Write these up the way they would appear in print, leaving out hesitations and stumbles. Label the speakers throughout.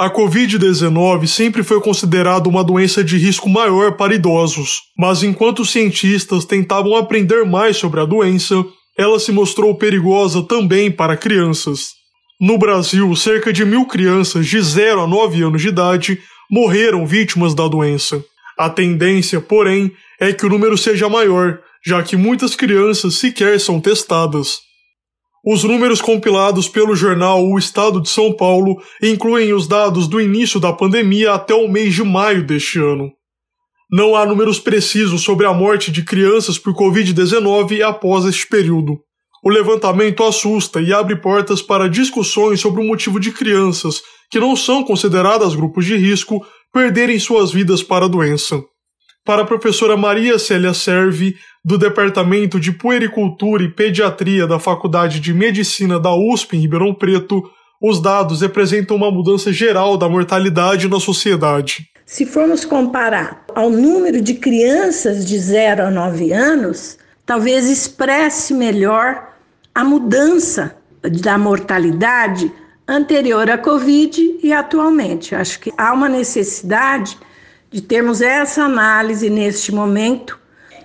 Speaker 1: A Covid-19 sempre foi considerada uma doença de risco maior para idosos, mas enquanto os cientistas tentavam aprender mais sobre a doença, ela se mostrou perigosa também para crianças. No Brasil, cerca de 1.000 crianças de 0 a 9 anos de idade morreram vítimas da doença. A tendência, porém, é que o número seja maior, já que muitas crianças sequer são testadas. Os números compilados pelo jornal O Estado de São Paulo incluem os dados do início da pandemia até o mês de maio deste ano. Não há números precisos sobre a morte de crianças por Covid-19 após este período. O levantamento assusta e abre portas para discussões sobre o motivo de crianças, que não são consideradas grupos de risco, perderem suas vidas para a doença. Para a professora Maria Célia Servi, do Departamento de Puericultura e Pediatria da Faculdade de Medicina da USP em Ribeirão Preto, os dados representam uma mudança geral da mortalidade na sociedade.
Speaker 2: Se formos comparar ao número de crianças de 0 a 9 anos, talvez expresse melhor a mudança da mortalidade anterior à Covid e atualmente. Acho que há uma necessidade de termos essa análise neste momento,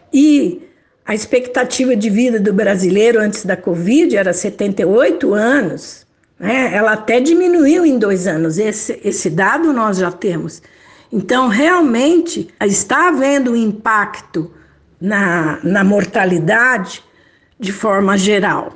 Speaker 2: e a expectativa de vida do brasileiro antes da Covid era 78 anos, né? Ela até diminuiu em 2 anos, esse dado nós já temos. Então, realmente, está havendo um impacto na mortalidade de forma geral.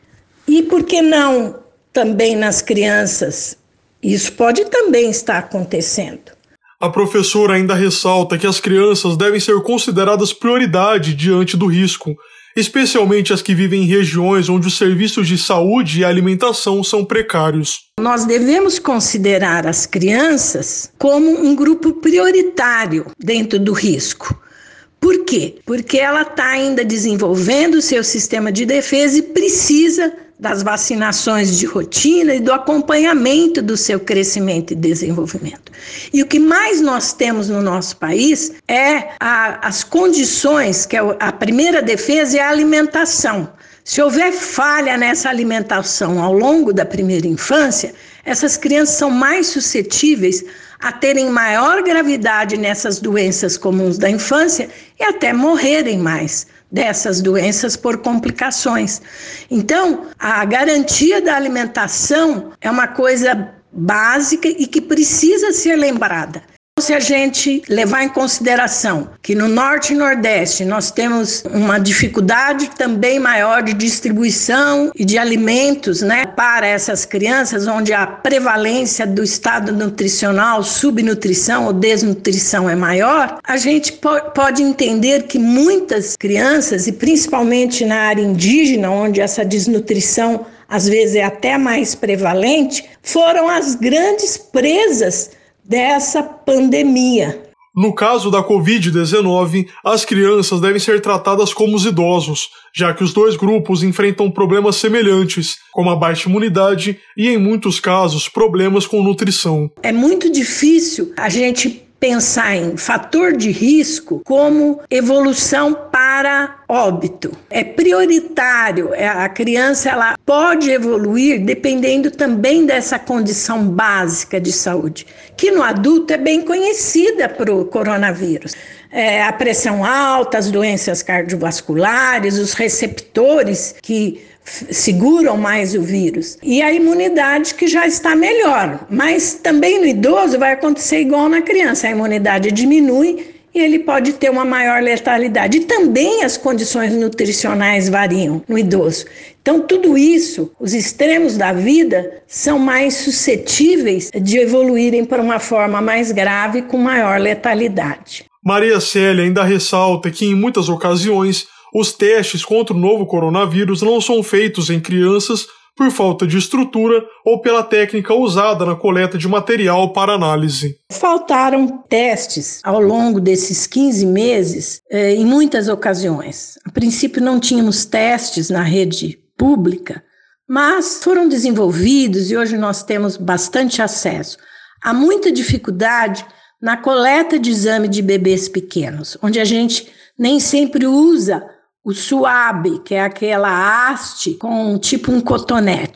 Speaker 2: E por que não também nas crianças? Isso pode também estar acontecendo.
Speaker 1: A professora ainda ressalta que as crianças devem ser consideradas prioridade diante do risco, especialmente as que vivem em regiões onde os serviços de saúde e alimentação são precários.
Speaker 2: Nós devemos considerar as crianças como um grupo prioritário dentro do risco. Por quê? Porque ela está ainda desenvolvendo o seu sistema de defesa e precisa das vacinações de rotina e do acompanhamento do seu crescimento e desenvolvimento. E o que mais nós temos no nosso país é as condições, que é a primeira defesa é a alimentação. Se houver falha nessa alimentação ao longo da primeira infância, essas crianças são mais suscetíveis a terem maior gravidade nessas doenças comuns da infância e até morrerem mais dessas doenças por complicações. Então, a garantia da alimentação é uma coisa básica e que precisa ser lembrada. Se a gente levar em consideração que no Norte e Nordeste nós temos uma dificuldade também maior de distribuição e de alimentos, né, para essas crianças, onde a prevalência do estado nutricional, subnutrição ou desnutrição é maior, a gente pode entender que muitas crianças, e principalmente na área indígena, onde essa desnutrição às vezes é até mais prevalente, foram as grandes presas dessa pandemia.
Speaker 1: No caso da Covid-19, as crianças devem ser tratadas como os idosos, já que os dois grupos enfrentam problemas semelhantes, como a baixa imunidade e, em muitos casos, problemas com nutrição.
Speaker 2: É muito difícil a gente pensar em fator de risco como evolução para óbito. É prioritário, a criança ela pode evoluir dependendo também dessa condição básica de saúde, que no adulto é bem conhecida para o coronavírus. A pressão alta, as doenças cardiovasculares, os receptores que seguram mais o vírus e a imunidade que já está melhor, mas também no idoso vai acontecer igual na criança, a imunidade diminui e ele pode ter uma maior letalidade e também as condições nutricionais variam no idoso. Então tudo isso, os extremos da vida são mais suscetíveis de evoluírem para uma forma mais grave com maior letalidade.
Speaker 1: Maria Célia ainda ressalta que em muitas ocasiões os testes contra o novo coronavírus não são feitos em crianças por falta de estrutura ou pela técnica usada na coleta de material para análise.
Speaker 2: Faltaram testes ao longo desses 15 meses em muitas ocasiões. A princípio não tínhamos testes na rede pública, mas foram desenvolvidos e hoje nós temos bastante acesso. Há muita dificuldade na coleta de exame de bebês pequenos, onde a gente nem sempre usa o suave, que é aquela haste com tipo um cotonete.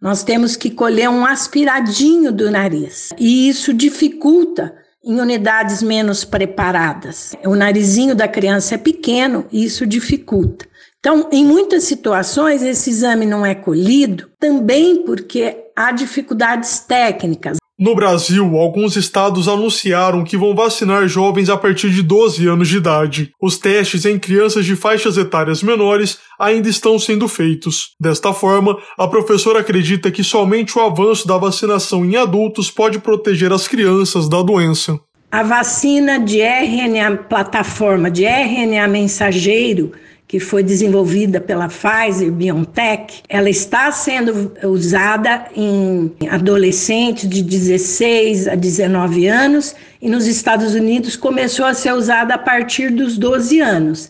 Speaker 2: Nós temos que colher um aspiradinho do nariz, e isso dificulta em unidades menos preparadas. O narizinho da criança é pequeno e isso dificulta. Então, em muitas situações, esse exame não é colhido, também porque há dificuldades técnicas.
Speaker 1: No Brasil, alguns estados anunciaram que vão vacinar jovens a partir de 12 anos de idade. Os testes em crianças de faixas etárias menores ainda estão sendo feitos. Desta forma, a professora acredita que somente o avanço da vacinação em adultos pode proteger as crianças da doença.
Speaker 2: A vacina de RNA, plataforma de RNA mensageiro, que foi desenvolvida pela Pfizer-BioNTech, ela está sendo usada em adolescentes de 16 a 19 anos e nos Estados Unidos começou a ser usada a partir dos 12 anos.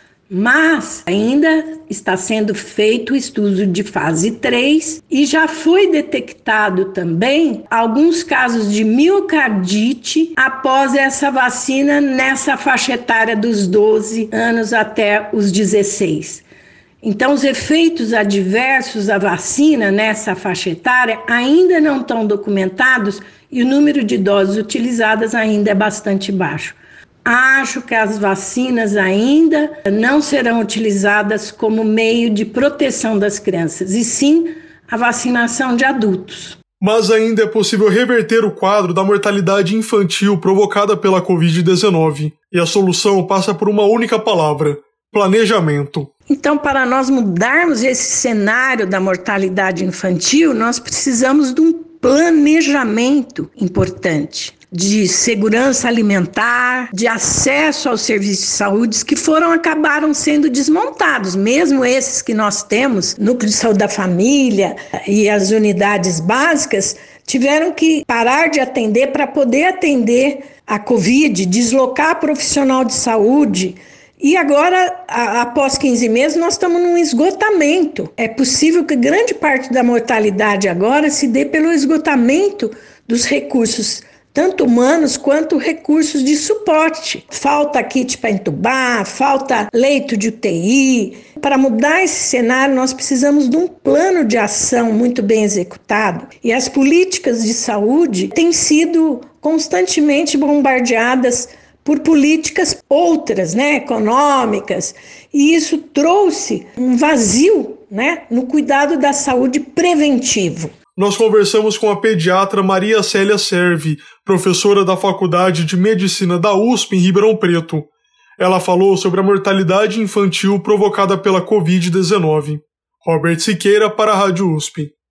Speaker 2: Mas ainda está sendo feito o estudo de fase 3 e já foi detectado também alguns casos de miocardite após essa vacina nessa faixa etária dos 12 anos até os 16. Então, os efeitos adversos da vacina nessa faixa etária ainda não estão documentados e o número de doses utilizadas ainda é bastante baixo. Acho que as vacinas ainda não serão utilizadas como meio de proteção das crianças, e sim a vacinação de adultos.
Speaker 1: Mas ainda é possível reverter o quadro da mortalidade infantil provocada pela Covid-19. E a solução passa por uma única palavra: planejamento.
Speaker 2: Então, para nós mudarmos esse cenário da mortalidade infantil, nós precisamos de um planejamento importante de segurança alimentar, de acesso aos serviços de saúde que acabaram sendo desmontados, mesmo esses que nós temos, núcleo de saúde da família e as unidades básicas, tiveram que parar de atender para poder atender a Covid, deslocar profissional de saúde. E agora, após 15 meses, nós estamos num esgotamento. É possível que grande parte da mortalidade agora se dê pelo esgotamento dos recursos, tanto humanos quanto recursos de suporte. Falta kit para entubar, falta leito de UTI. Para mudar esse cenário, nós precisamos de um plano de ação muito bem executado. E as políticas de saúde têm sido constantemente bombardeadas por políticas outras, econômicas, e isso trouxe um vazio, no cuidado da saúde preventivo.
Speaker 1: Nós conversamos com a pediatra Maria Célia Servi, professora da Faculdade de Medicina da USP em Ribeirão Preto. Ela falou sobre a mortalidade infantil provocada pela Covid-19. Robert Siqueira para a Rádio USP.